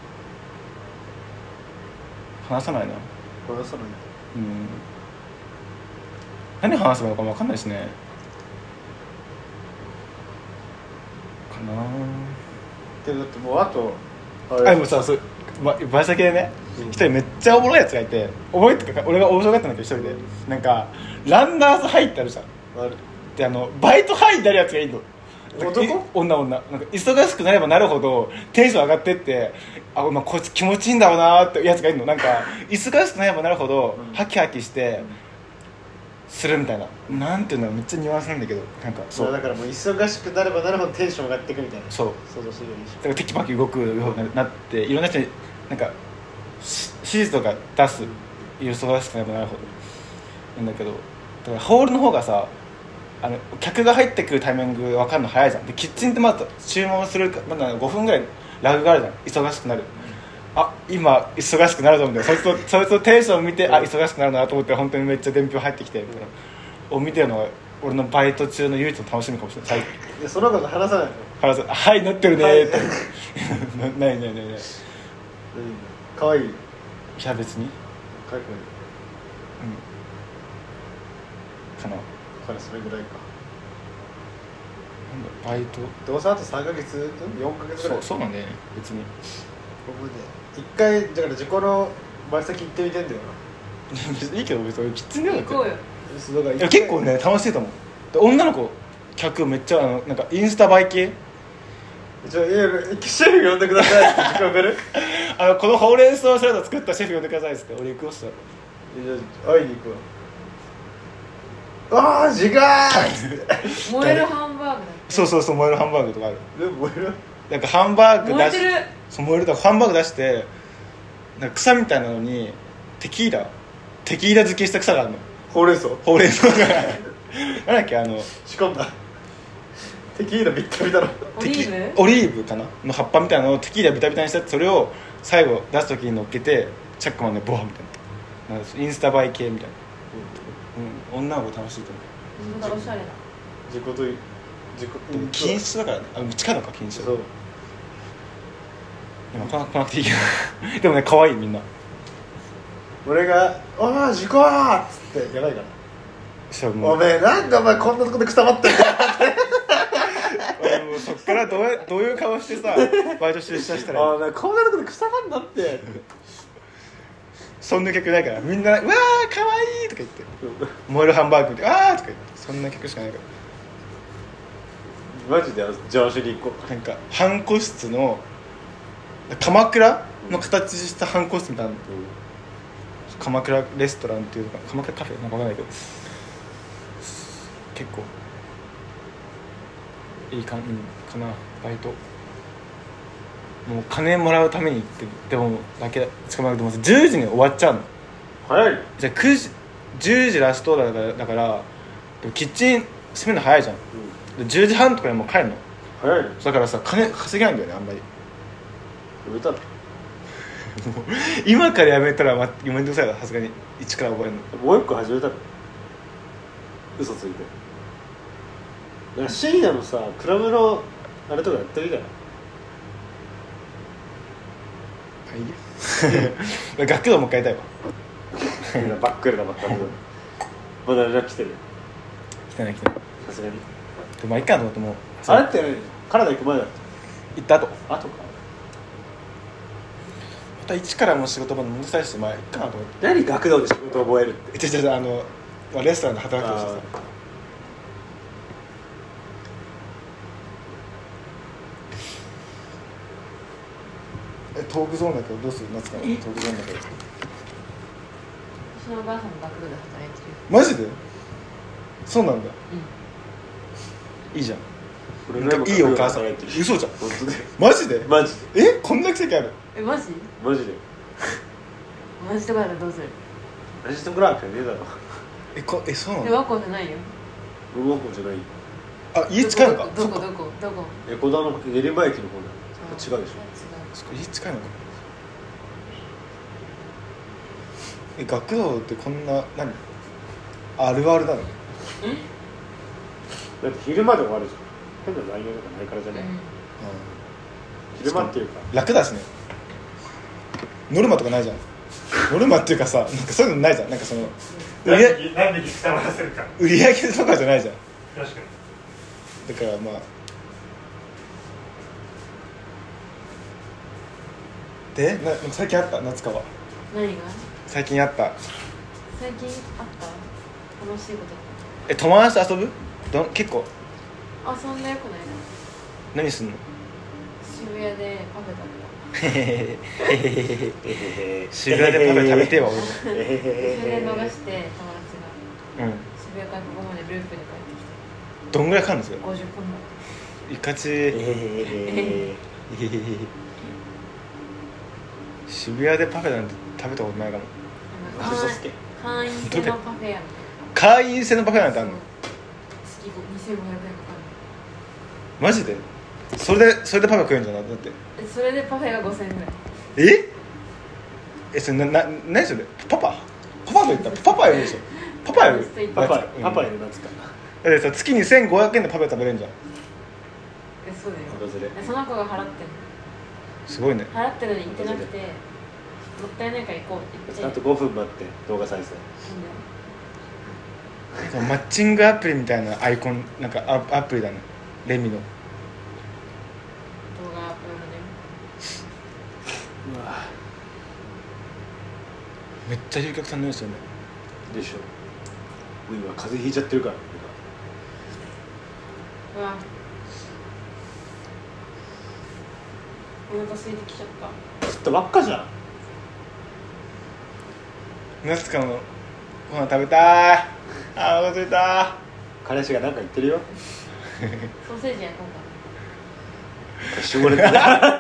話さないな。 話さない。 何話せばいいのかも分かんないしね。かな。 けどだってもうあとでもさ、バイト先でね、一人めっちゃおもろいやつがいて、覚えてか俺が面白かったんだけど、一人でなんかランナーズハイってあるじゃん。でバイトハイってあるやつがいいの。女なんか忙しくなればなるほどテンション上がってって、こいつ気持ちいいんだろうなってやつがいるの。なんか忙しくなればなるほどハキハキして、 するみたいな、なんていうのめっちゃニュアンスなんだけど、なんかそうだからもう忙しくなればなるほどテンション上がっていくみたいなそう想像してるよりだからテキパキ動くようになっていろんな人になんか指示とか出す忙しくなればなるほどなんだけど、だからホールの方がさ客が入ってくるタイミング分かるの早いじゃん。でキッチンってまず注文するまだ5分ぐらいラグがあるじゃん。忙しくなる、あ今忙しくなると思うんだよ。そいつのテンションを見て、あ忙しくなるなと思って本当にめっちゃ伝票入ってきてみたいなを見てるのが俺のバイト中の唯一の楽しみかもしれない。 いやその子と話さないの話すはいなってるねーって、ないかわいいいや別にかわいいかな。 からそれぐらいか。 なんだバイトどうせあと3ヶ月4ヶ月ぐらい。 そうなんだよね別に。 ここで一回だから自己の前先行ってみてんだよいいけど別に俺キッチンで行こうよ。 な。 いや結構ね楽しいと思う。で女の子客めっちゃなんかインスタ映え系シェフ呼んでくださいって時間くるこのほうれん草サラダ作ったシェフ呼んでくださいっつって俺行くよしたらじゃあ会いに行くわ。ああ時間燃えるハンバーグだって。 そう燃えるハンバーグとかある。 でも燃えるなんかハンバーグ出し燃えてる。 そう燃えるだからハンバーグ出してなんか草みたいなのにテキーラ漬けした草があるの。 ほうれん草ほうれん草がなんだっけ仕込んだテキーラビッタビタのオリーオリーブかなの葉っぱみたいなのをテキーラビタビタにしてそれを最後出す時に乗っけてチャックマンでボワみたいな、なんかインスタ映え系みたいな、女の子楽しいと思う。 そんなおしゃれな。 自己と自己でも禁止だからね。近いのか禁止。 そう今来なくていいけどでもね可愛いみんな。 俺が「ああ時間!」っつってやばいからもうおめえなんかお前こんなとこでくたばってんだ俺もうそっからどういう顔してさバイト出社したらいいああこんなとこでくたばんなってそんな曲ないからみんな「うわーかわいい!」とか言って燃えるハンバーグで「あー!」とか言ってそんな曲しかないから。 マジで上司に行こう。 なんか半個室の鎌倉の形した半個室みたいな、鎌倉レストランっていうのか鎌倉カフェなんかわかんないけど結構いいかなバイト。もう金もらうために行ってでもだけしかもでも10時に終わっちゃうの。 早いのじゃあ9時10時ラストだからでもキッチン閉めるの早いじゃん、で10時半とかにもう帰るの。 早いのだからさ金稼げないんだよねあんまり。 やめたら今からやめたらごめんなさいさすがに一から覚えるの。 もう一個始めたの嘘ついてだから深夜のさクラブのあれとかやってみたらはい学童もう一回やりたいわ。 バックルだばっかりまだ連絡来てる来てないさすがに。 でもいいかなと思ってもうあれってカナダ行く前だっ行った後た後かまた一からもう仕事場に戻したりして前いいかなと思って。 何学童で仕事を覚えるって違うレストランで働くとしてさトークゾーンだけどどうする夏かなトークゾーンだけど私のおばあさんも学童で働いてるよ。 マジでそうなんだうん。 いいじゃん。 俺なんかいいお母さんやってる嘘じゃん本当でマジでマジでこんな奇跡ある。 マジマジで同じとこだったらどうする。 マジでグラークねえだろそうなの。 ワコじゃないよ。 僕はこうじゃない家近いのか。 どこ小田の練馬駅の方だ違うでしょ違う。 そっか家近いのか。学童ってこんな何あるあるなの。 だって昼まで終わるじゃん変な内容とかないからじゃない、昼間っていうか楽だしね。ノルマとかないじゃん。ノルマっていうかさなんかそういうのないじゃん。なんかそのなんで聞きたまらせるか売り上げとかじゃないじゃん。 確かにだからまあで最近あった夏川何が最近あった最近あった楽しいこと友達と遊ぶ結構遊んだよこの間何すんの。 渋谷でパフェ食べた。 渋谷でパフェ食べてえわ俺もそれで逃して友達がうん渋部屋からここまでループで帰ってきどんぐらいかかるんですよた。50分いかち渋谷でパフェなんて食べたことないかも。 前嘘つけ会員制のパフェ屋み会員制のパフェなんてたいなあるの？ 月2500円かかマジで？それでパフェ食えんじゃないだって。 る。それでパフェが5000円ぐらい。 それ何それ？パパと言ったらパパやるでしょ。パパやる？ パパうんパパいるなんつかだってさ月に1500円でパフェ食べれんじゃん。 そうだよ。 訪れその子が払ってんの。 すごいね。 払ってるのに行ってなくて、もったいないから行こうって言って。 あと5分待って動画再生マッチングアプリみたいなアイコンなんかアプリだね。レミの。 動画アップロードで。 うわめっちゃ龍角散のですよね。 でしょ。もう今風邪ひいちゃってるからうわ。お腹空いてきちゃった。 食ったばっかじゃん。 夏かのご飯食べたい。お腹空いた。 彼氏がなんか言ってるよ。 ソーセージ焼こうか。 絞れてる。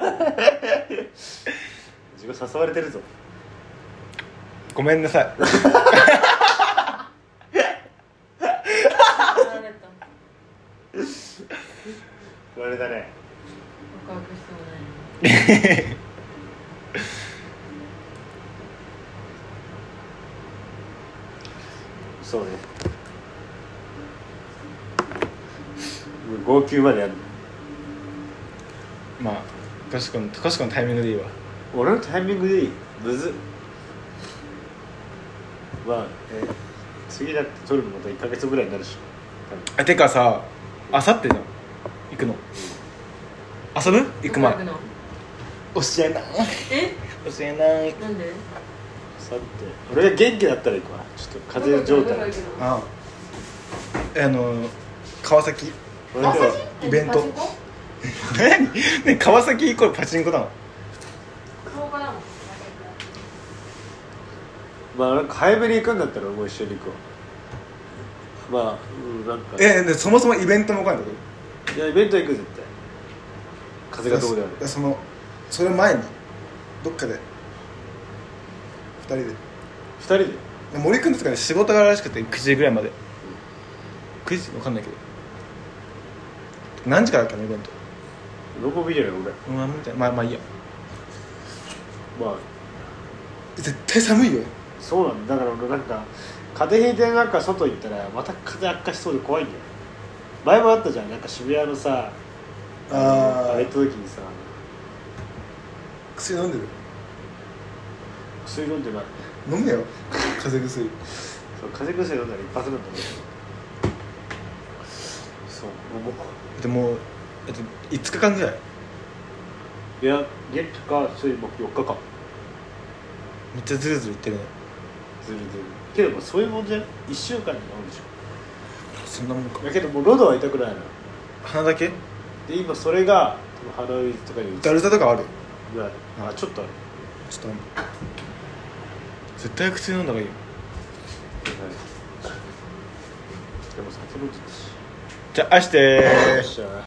自分誘われてるぞ。 ごめんなさい。 言われたね。 告白してもない。 そうね。号泣までやる。 まあトシコのタイミングでいいわ。 俺のタイミングでいい。むずっ。まあ次だって取るのまた1ヶ月ぐらいになるし。 てかさ、あさってじゃん行くの。遊ぶ？行く前どこ行くの？ 教えない。 え？ 教えない。 なんで？ さって俺が元気だったら行くわ。ちょっと風邪状態。 どこ行くの？ 川崎川崎？ イベント。 パチンコ？ 何？ね川崎イコールパチンコだの？ 福岡だもん。 まあ早めに行くんだったら俺も一緒に行くわ。まあ、なんかでそもそもイベントも来ないんだけど。 いやイベント行く絶対。風がどこである。 それ前にどっかで2人で 2人で森君とかで仕事があるらしくて9時ぐらいまで、9時分かんないけど何時からだっけのイベント。 ロボビじゃない俺。 みたいな。まあいいや。 まあ絶対寒いよ。 そうなんだ。だから俺なんか風邪ひいてなんか外行ったらまた風悪化しそうで怖いんだよ。前もあったじゃん。なんか渋谷のさあれ行った時にさ薬飲んでる？ 薬飲んでない。 飲めよ風邪薬。 そう風邪薬飲んだら一発なんだね。そうでも5日間ぐらい。 いや月か水木4日間めっちゃズルズルいってるね。 ずるずるけどもうそういうもんじゃん。1週間に治るでしそんなもんかょ。だけどもう喉は痛くないの。 鼻だけ？ で今それが鼻水とかにだるさとかある？ ぐらい。あちょっとある。 ちょっと絶対薬飲んだ方がいいよ。 でも酒飲んでたし。 じゃあ愛してー。 よっしゃ